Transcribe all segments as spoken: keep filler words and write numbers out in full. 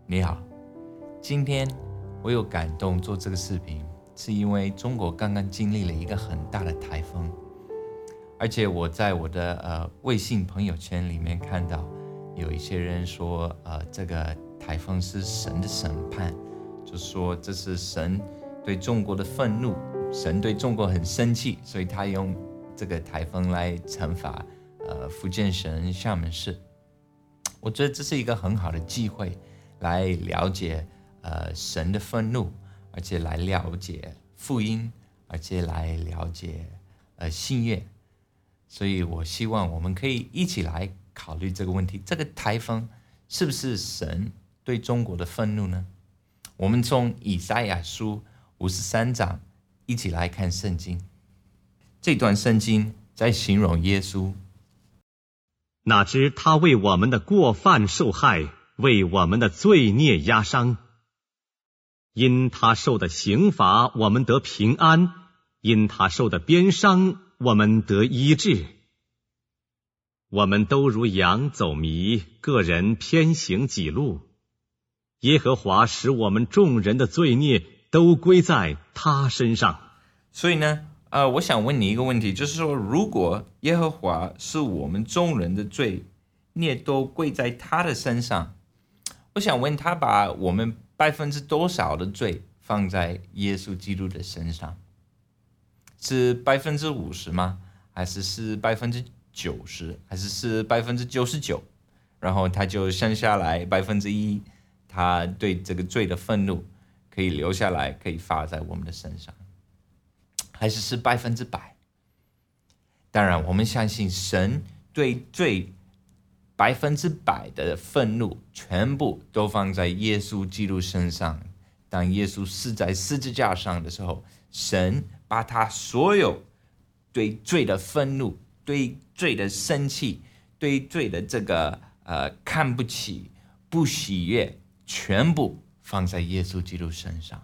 你好，今天我有感动做这个视频，是因为中国刚刚经历了一个很大的台风，而且我在我的呃微信朋友圈里面看到有一些人说，呃，这个台风是神的审判，就说这是神对中国的愤怒，神对中国很生气，所以他用这个台风来惩罚呃福建省厦门市。我觉得这是一个很好的机会，来了解呃神的愤怒，而且来了解福音，而且来了解呃信愿。所以我希望我们可以一起来考虑这个问题：这个台风是不是神对中国的愤怒呢？我们从以赛亚书五十三章一起来看圣经。这段圣经在形容耶稣。 哪知他为我们的过犯受害，为我们的罪孽压伤。因他受的刑罚，我们得平安；因他受的鞭伤，我们得医治。我们都如羊走迷，个人偏行己路。耶和华使我们众人的罪孽都归在他身上。 所以呢，呃，我想问你一个问题，就是说，如果耶和华是我们众人的罪孽都归在他的身上，我想问他把我们百分之多少的罪放在耶稣基督的身上？是百分之五十吗？还是是百分之九十？还是是百分之九十九？然后他就剩下来百分之一，他对这个罪的愤怒可以留下来，可以发在我们的身上。还是是百分之百？当然，我们相信神对罪百分之百的愤怒，全部都放在耶稣基督身上。当耶稣死在十字架上的时候，神把他所有对罪的愤怒、对罪的生气、对罪的这个呃看不起、不喜悦，全部放在耶稣基督身上。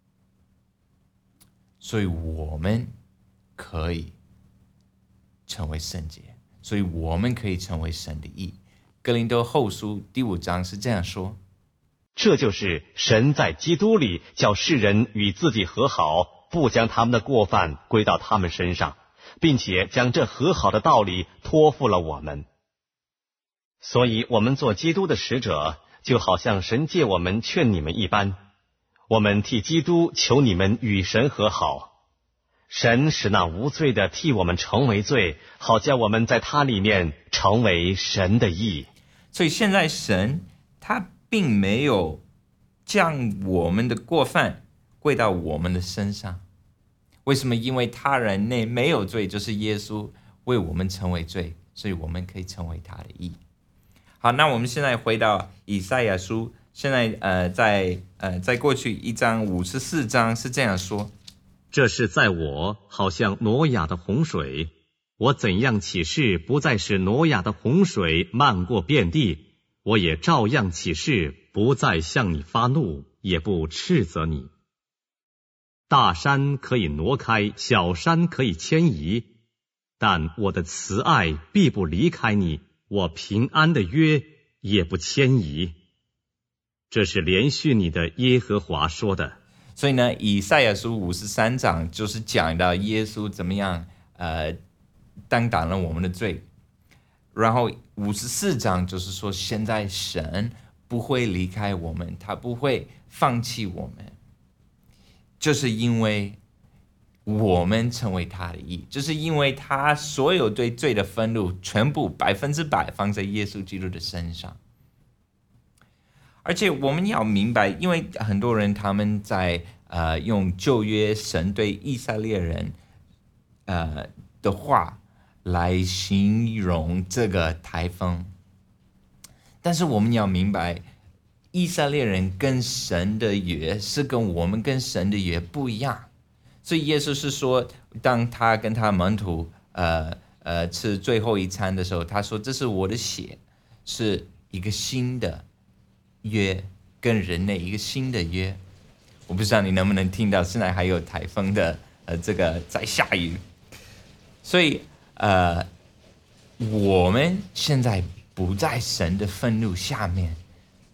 所以我们可以成为圣洁，所以我们可以成为神的义。哥林多后书第五章是这样说： 这就是神在基督里叫世人与自己和好，不将他们的过犯归到他们身上，并且将这和好的道理托付了我们。所以我们做基督的使者，就好像神借我们劝你们一般，我们替基督求你们与神和好。神使那无罪的替我们成为罪，好叫我们在他里面成为神的义。 所以现在神他并没有将我们的过犯归到我们的身上。为什么？因为他人内没有罪，就是耶稣为我们成为罪，所以我们可以成为他的义。好，那我们现在回到以赛亚书，现在呃在呃在过去一章五十四章是这样说： 这是在我好像挪亚的洪水，我怎样起誓不再使挪亚的洪水漫过遍地，我也照样起誓不再向你发怒，也不斥责你。大山可以挪开，小山可以迁移，但我的慈爱必不离开你，我平安的约也不迁移。这是连续你的耶和华说的。 所以呢，以赛亚书五十三章就是讲到耶稣怎么样呃担当了我们的罪，然后五十四章就是说现在神不会离开我们，他不会放弃我们，就是因为我们成为他的义，就是因为他所有对罪的愤怒全部百分之百放在耶稣基督的身上。而且我们要明白，因为很多人他们在呃用旧约神对以色列人呃的话来形容这个台风，但是我们要明白，以色列人跟神的约是跟我们跟神的约不一样。所以耶稣是说，当他跟他门徒呃呃吃最后一餐的时候，他说：“这是我的血，是一个新的约，跟人类一个新的约。”我不知道你能不能听到，现在还有台风的呃这个在下雨，所以呃我们现在不在神的愤怒下面，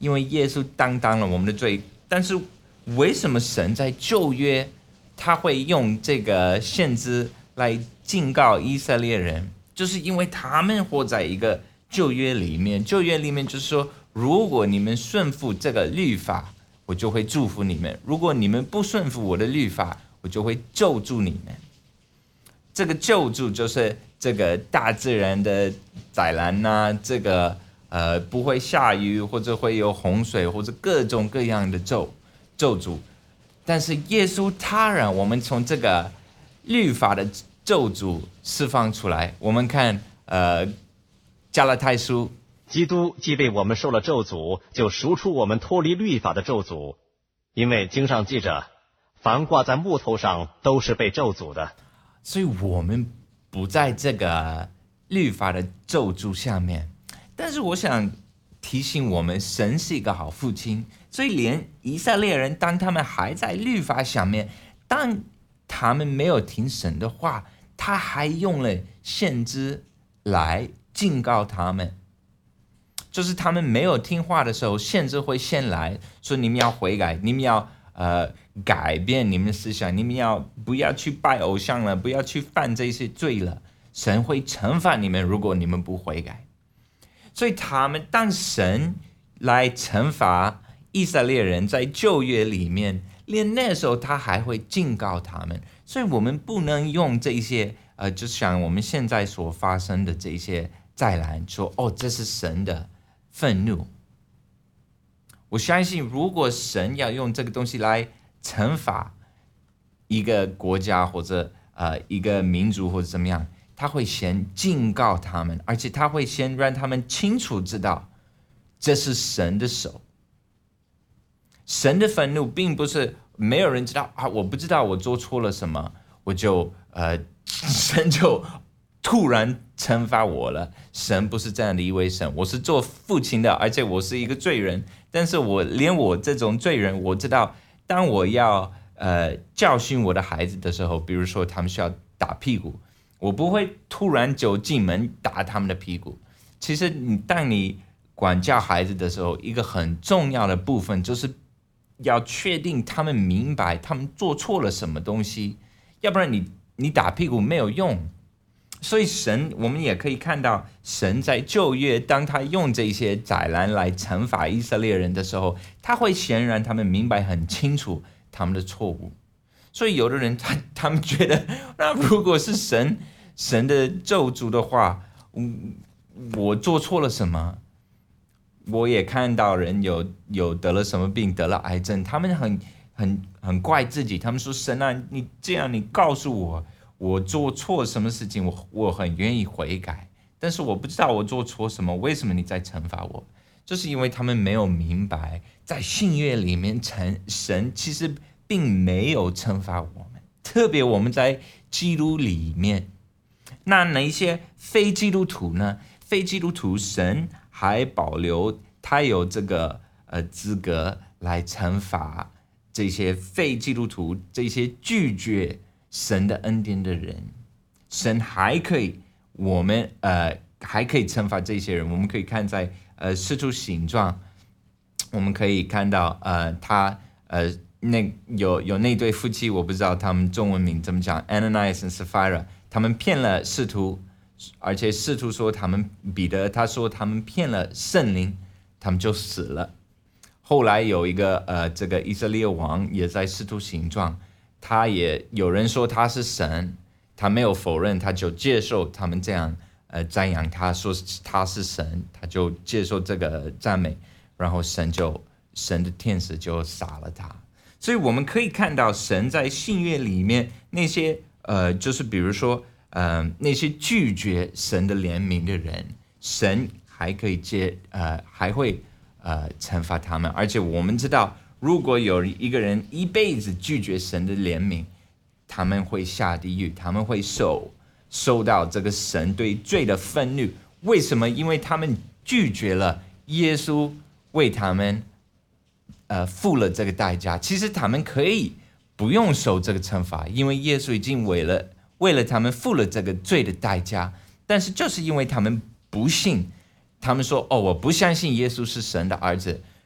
因为耶稣担当了我们的罪。但是为什么神在旧约他会用这个先知来警告以色列人？就是因为他们活在一个旧约里面，旧约里面就是说，如果你们顺服这个律法，我就会祝福你们；如果你们不顺服我的律法，我就会咒诅你们。这个咒诅就是这个大自然的灾难呐、啊，这个呃不会下雨，或者会有洪水，或者各种各样的咒咒诅。但是耶稣他让我们从这个律法的咒诅释放出来。我们看呃加拉太书， 基督既为我们受了咒诅，就赎出我们脱离律法的咒诅，因为经上记着，凡挂在木头上都是被咒诅的。 所以我们不在这个律法的咒诅下面。但是我想提醒我们，神是一个好父亲，所以连以色列人当他们还在律法下面，当他们没有听神的话，他还用了先知来警告他们。就是他们没有听话的时候，先知会先来说，你们要悔改，你们要呃改变你们的思想，你们要不要去拜偶像了，不要去犯这些罪了，神会惩罚你们，如果你们不悔改。所以他们当神来惩罚以色列人，在旧约里面，连那时候他还会警告他们。所以我们不能用这些呃，就像我们现在所发生的这些灾难说，哦，这是神的愤怒。我相信如果神要用这个东西来惩罚一个国家或者呃一个民族或者怎么样，他会先警告他们，而且他会先让他们清楚知道这是神的手。神的愤怒并不是没有人知道啊，我不知道我做错了什么，我就呃神就突然惩罚我了。神不是这样的一位神，我是做父亲的，而且我是一个罪人，但是我连我这种罪人，我知道当我要呃教训我的孩子的时候，比如说他们需要打屁股，我不会突然就进门打他们的屁股。其实你当你管教孩子的时候，一个很重要的部分就是要确定他们明白他们做错了什么东西，要不然你你打屁股没有用。所以神，我们也可以看到，神在旧约当他用这些灾难来惩罚以色列人的时候，他会先让他们明白很清楚他们的错误。所以有的人他他们觉得，那如果是神神的咒诅的话，嗯，我做错了什么？我也看到人有有得了什么病，得了癌症，他们很很很怪自己，他们说神啊，你这样，你告诉我，我做错什么事情，我我很愿意悔改，但是我不知道我做错什么，为什么你在惩罚我？就是因为他们没有明白，在新约里面，神其实并没有惩罚我们，特别我们在基督里面。那哪一些非基督徒呢？非基督徒，神还保留他有这个呃资格来惩罚这些非基督徒，这些拒绝神的恩典的人。神还可以，我们呃还可以惩罚这些人。我们可以看在呃使徒行传，我们可以看到呃他呃那有有那对夫妻，我不知道他们中文名怎么讲 ，Ananias and Sapphira， 他们骗了使徒。而且使徒说他们彼得他说他们骗了圣灵，他们就死了。后来有一个呃这个以色列王也在使徒行传，他也有人说他是神，他没有否认，他就接受他们这样呃赞扬他，说他是神，他就接受这个赞美，然后神就神的天使就杀了他。所以我们可以看到神在新约里面那些呃就是比如说呃，那些拒绝神的怜悯的人，神还可以接呃，还会呃惩罚他们。而且我们知道，如果有一个人一辈子拒绝神的怜悯，他们会下地狱，他们会受受到这个神对罪的愤怒。为什么？因为他们拒绝了耶稣为他们呃付了这个代价。其实他们可以不用受这个惩罚，因为耶稣已经为了。为了他们付了这个罪的代价，但是就是因为他们不信，他们说哦，我不相信耶稣是神的儿子，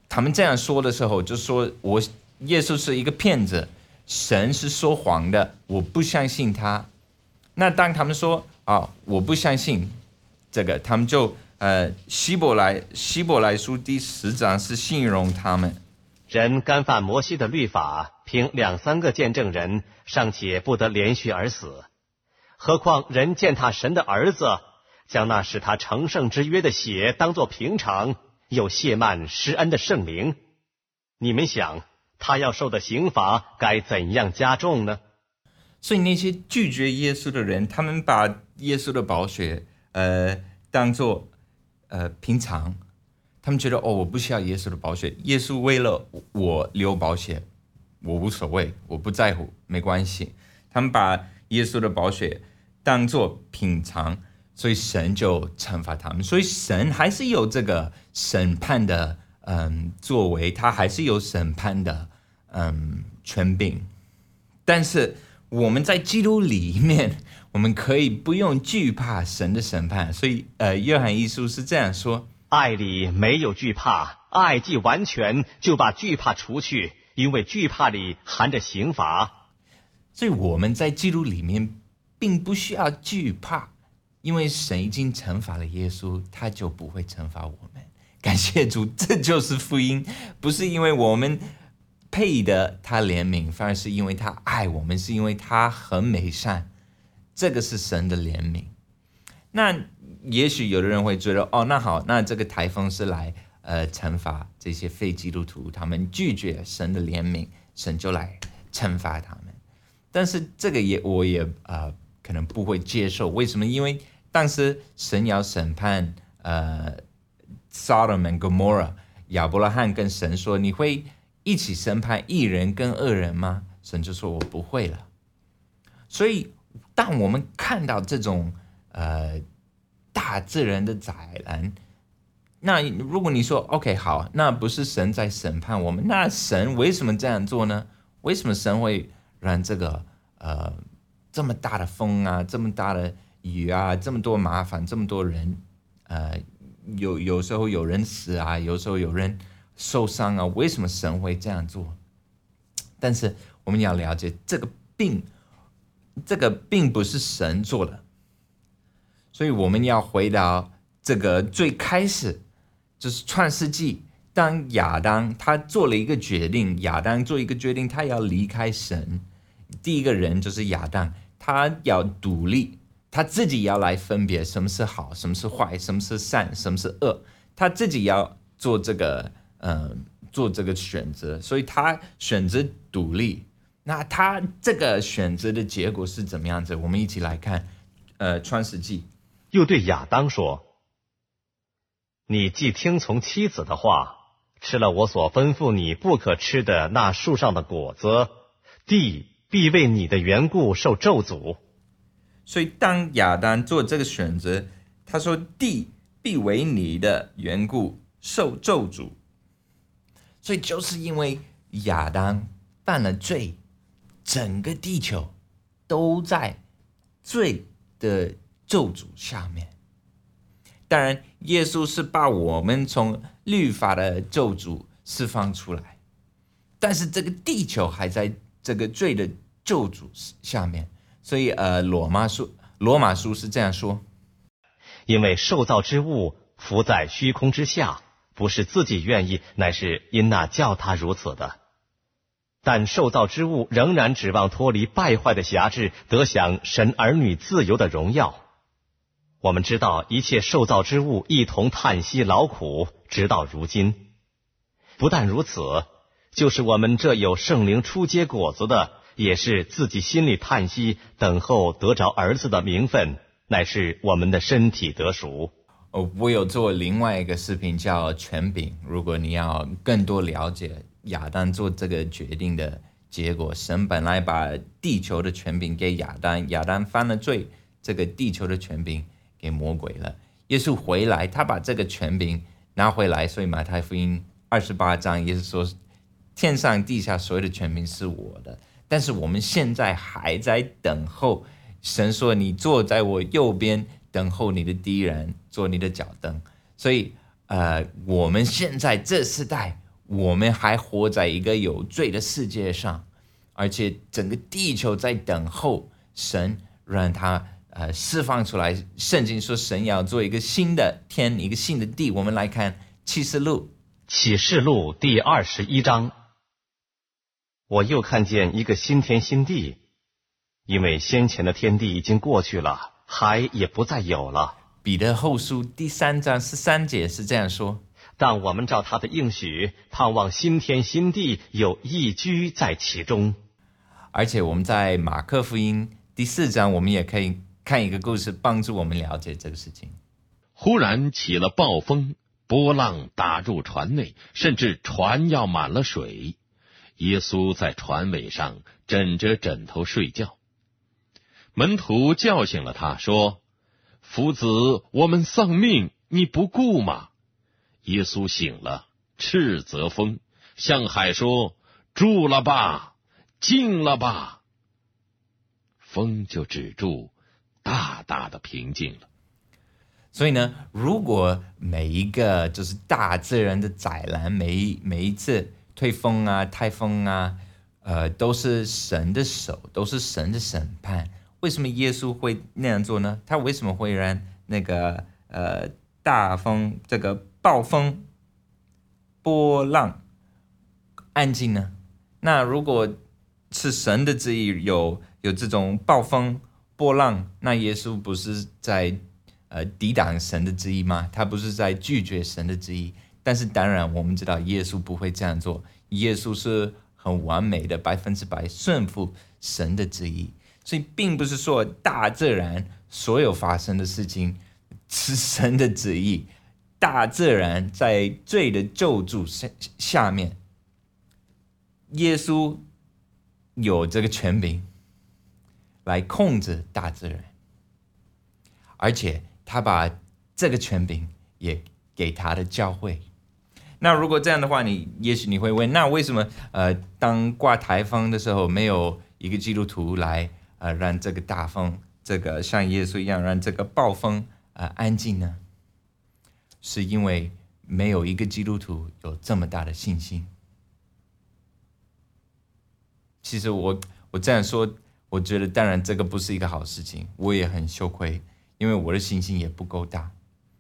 他们这样说的时候，就说我耶稣是一个骗子，神是说谎的，我不相信他。那当他们说啊，我不相信这个，他们就呃希伯来希伯来书第十章是形容他们。 人干犯摩西的律法，凭两三个见证人，尚且不得连续而死，何况人践踏神的儿子，将那使他成圣之约的血当作平常，又亵慢施恩的圣灵。你们想，他要受的刑罚该怎样加重呢？ 所以那些拒绝耶稣的人，他们把耶稣的宝血呃当作呃平常，他们觉得哦，我不需要耶稣的宝血，耶稣为了我流宝血，我无所谓，我不在乎，没关系。他们把耶稣的宝血当作平常，所以神就惩罚他们。所以神还是有这个审判的嗯作为，他还是有审判的嗯权柄。但是我们在基督里面，我们可以不用惧怕神的审判。所以呃，约翰一书是这样说： 爱里没有惧怕，爱既完全，就把惧怕除去，因为惧怕里含着刑罚。 所以我们在基督里面并不需要惧怕，因为神已经惩罚了耶稣，他就不会惩罚我们。感谢主，这就是福音，不是因为我们配得他怜悯，反而是因为他爱我们，是因为他很美善，这个是神的怜悯。那也许有的人会觉得，哦，那好，那这个台风是来呃惩罚这些非基督徒，他们拒绝神的怜悯，神就来惩罚他们。但是这个也我也呃可能不会接受，为什么？因为当时神要审判呃 Sodom and Gomorrah， 亚伯拉罕跟神说，你会一起审判义人跟恶人吗？神就说，我不会了。所以当我们看到这种呃大自然的灾难，那如果你说 OK 好，那不是神在审判我们，那神为什么这样做呢？为什么神会让这个呃这么大的风啊，这么大的雨啊，这么多麻烦，这么多人呃有有时候有人死啊，有时候有人受伤啊，为什么神会这样做？但是我们要了解，这个并这个并不是神做的，所以我们要回到这个最开始，就是创世纪，当亚当他做了一个决定，亚当做一个决定，他要离开神。第一个人就是亚当，他要独立，他自己要来分别什么是好，什么是坏，什么是善，什么是恶，他自己要做这个，呃，做这个选择，所以他选择独立。那他这个选择的结果是怎么样子？我们一起来看，呃，创世纪。 又对亚当说：你既听从妻子的话，吃了我所吩咐你不可吃的那树上的果子，地必为你的缘故受咒诅。 所以当亚当做这个选择，他说地必为你的缘故受咒诅。所以就是因为亚当犯了罪，整个地球都在罪的咒诅下面。当然耶稣是把我们从律法的咒诅释放出来，但是这个地球还在这个罪的咒诅下面。所以呃，罗马书罗马书是这样说： 因为受造之物浮在虚空之下，不是自己愿意，乃是因那叫他如此的。但受造之物仍然指望脱离败坏的辖制，得享神儿女自由的荣耀。我们知道一切受造之物一同叹息劳苦，直到如今。不但如此，就是我们这有圣灵初结果子的，也是自己心里叹息，等候得着儿子的名分，乃是我们的身体得赎。 我有做另外一个视频叫权柄，如果你要更多了解亚当做这个决定的结果，神本来把地球的权柄给亚当，亚当犯了罪，这个地球的权柄给魔鬼了。耶稣回来，他把这个权柄拿回来，所以马太福音二十八章也是说，天上地下所有的权柄是我的。但是我们现在还在等候，神说你坐在我右边，等候你的敌人做你的脚凳。所以呃，我们现在这世代， 我们还活在一个有罪的世界上，而且整个地球在等候神让他呃释放出来。圣经说神要做一个新的天，一个新的地。我们来看启示录， 启示录第二十一章。我又看见一个新天新地，因为先前的天地已经过去了，海也不再有了。 彼得后书第三章十三节是这样说： 但我们照他的应许，盼望新天新地有一居在其中。 而且我们在马可福音第四章，我们也可以看一个故事，帮助我们了解这个事情。 忽然起了暴风，波浪打入船内，甚至船要满了水。耶稣在船尾上枕着枕头睡觉。门徒叫醒了他，说：夫子，我们丧命，你不顾吗？耶稣醒了，斥责风，向海说：住了吧，静了吧。风就止住，大大的平静了。 所以呢，如果每一个就是大自然的灾难，每一每一次退风啊、台风啊，呃，都是神的手，都是神的审判。为什么耶稣会那样做呢？他为什么会让那个呃大风、这个暴风、波浪安静呢？那如果是神的旨意有有这种暴风、波浪，那耶稣不是在呃抵挡神的旨意吗？他不是在拒绝神的旨意？但是当然，我们知道耶稣不会这样做。耶稣是很完美的，百分之百顺服神的旨意。所以并不是说大自然所有发生的事情是神的旨意，大自然在罪的咒诅下面，耶稣有这个权柄来控制大自然，而且他把这个权柄也给他的教会。那如果这样的话，你也许你会问，那为什么呃，当刮台风的时候，没有一个基督徒来呃，让这个大风，这个像耶稣一样，让这个暴风呃安静呢？是因为没有一个基督徒有这么大的信心。其实我我这样说，我觉得当然这个不是一个好事情，我也很羞愧，因为我的信心也不够大。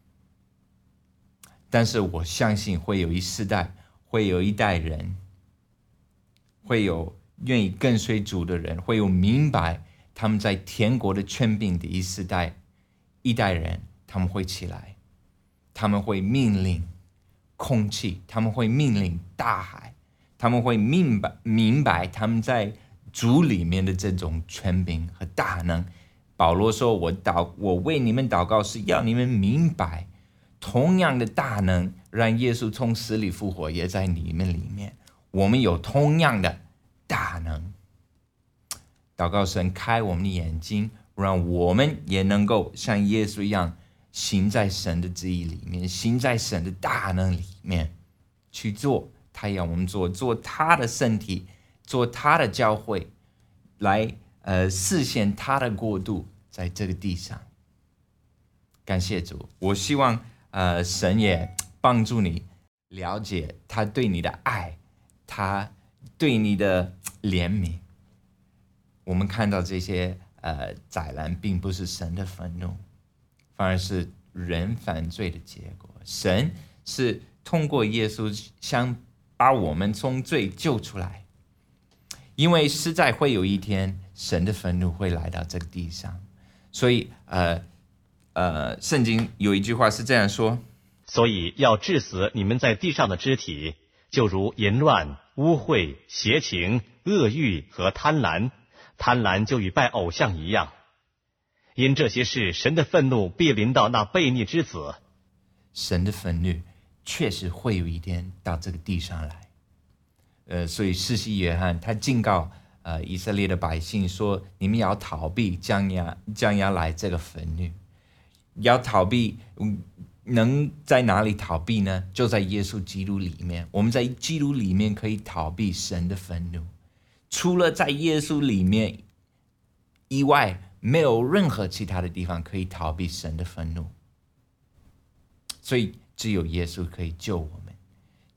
但是我相信会有一世代，会有一代人，会有愿意跟随主的人，会有明白他们在天国的权柄的一世代，一代人，他们会起来，他们会命令空气，他们会命令大海，他们会明白明白他们在主里面的这种权柄和大能。保罗说：“我祷，我为你们祷告，是要你们明白。”同样的大能让耶稣从死里复活也在你们里面，我们有同样的大能。祷告神开我们的眼睛，让我们也能够像耶稣一样行在神的旨意里面，行在神的大能里面去做他要我们做，做他的身体，做他的教会，来呃实现他的国度在这个地上。感谢主，我希望呃，神也帮助你了解他对你的爱，他对你的怜悯。我们看到这些呃灾难，并不是神的愤怒，反而是人犯罪的结果。神是通过耶稣想把我们从罪救出来，因为实在会有一天，神的愤怒会来到这个地上。所以呃。呃，圣经有一句话是这样说： 所以要治死你们在地上的肢体，就如淫乱、污秽、邪情、恶欲和贪婪。贪婪就与拜偶像一样。因这些事，神的愤怒必临到那悖逆之子。 神的愤怒确实会有一天到这个地上来。呃，所以施洗约翰他警告呃以色列的百姓说：你们要逃避将要将要来这个愤怒。要逃避，能在哪里逃避呢？就在耶稣基督里面。我们在基督里面可以逃避神的愤怒，除了在耶稣里面以外，没有任何其他的地方可以逃避神的愤怒。所以只有耶稣可以救我们，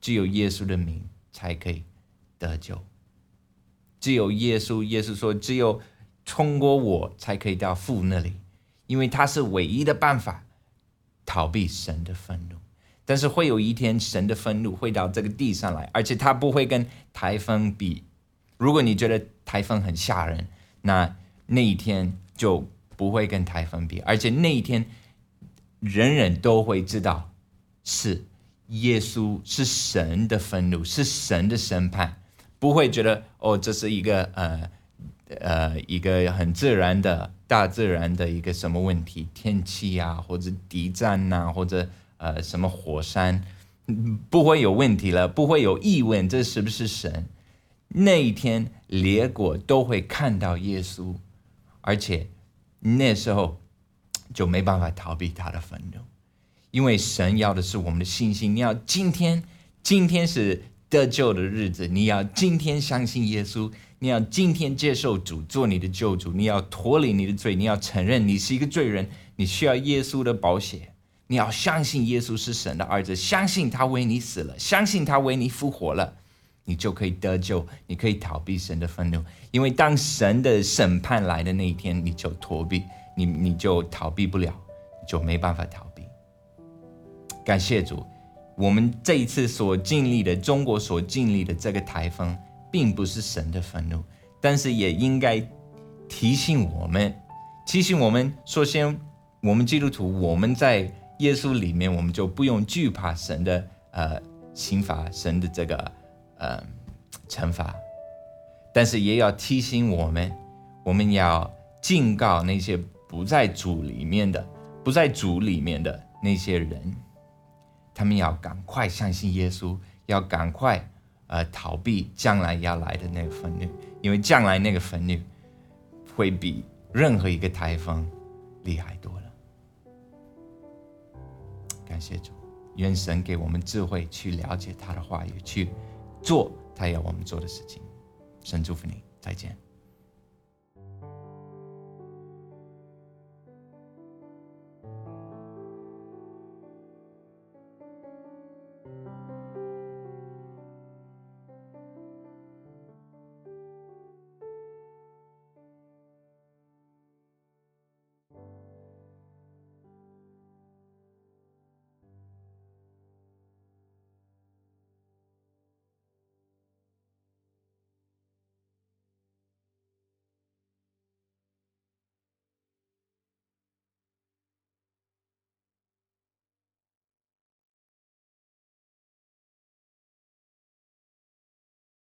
只有耶稣的名才可以得救。只有耶稣，耶稣说，只有通过我才可以到父那里，因为他是唯一的办法逃避神的愤怒。但是会有一天，神的愤怒会到这个地上来，而且他不会跟台风比。如果你觉得台风很吓人，那那一天就不会跟台风比，而且那一天人人都会知道是耶稣，是神的愤怒，是神的审判，不会觉得哦，这是一个呃呃一个很自然的大自然的一个什么问题，天气啊，或者地震啊，或者呃什么火山，不会有问题了，不会有疑问，这是不是神？那一天列国都会看到耶稣，而且那时候就没办法逃避他的愤怒，因为神要的是我们的信心。你要今天，今天是得救的日子，你要今天相信耶稣，你要今天接受主做你的救主，你要脱离你的罪，你要承认你是一个罪人，你需要耶稣的宝血，你要相信耶稣是神的儿子，相信他为你死了，相信他为你复活了，你就可以得救，你可以逃避神的愤怒。因为当神的审判来的那一天，你就逃避，你你就逃避不了，你就没办法逃避。感谢主，我们这一次所经历的，中国所经历的这个台风，并不是神的愤怒，但是也应该提醒我们，提醒我们，首先我们基督徒，我们在耶稣里面，我们就不用惧怕神的呃刑罚，神的这个呃惩罚，但是也要提醒我们，我们要警告那些不在主里面的、不在主里面的那些人，他们要赶快相信耶稣，要赶快呃逃避将来要来的那个愤怒，因为将来那个愤怒会比任何一个台风厉害多了。感谢主，愿神给我们智慧去了解他的话语，去做他要我们做的事情。神祝福你，再见。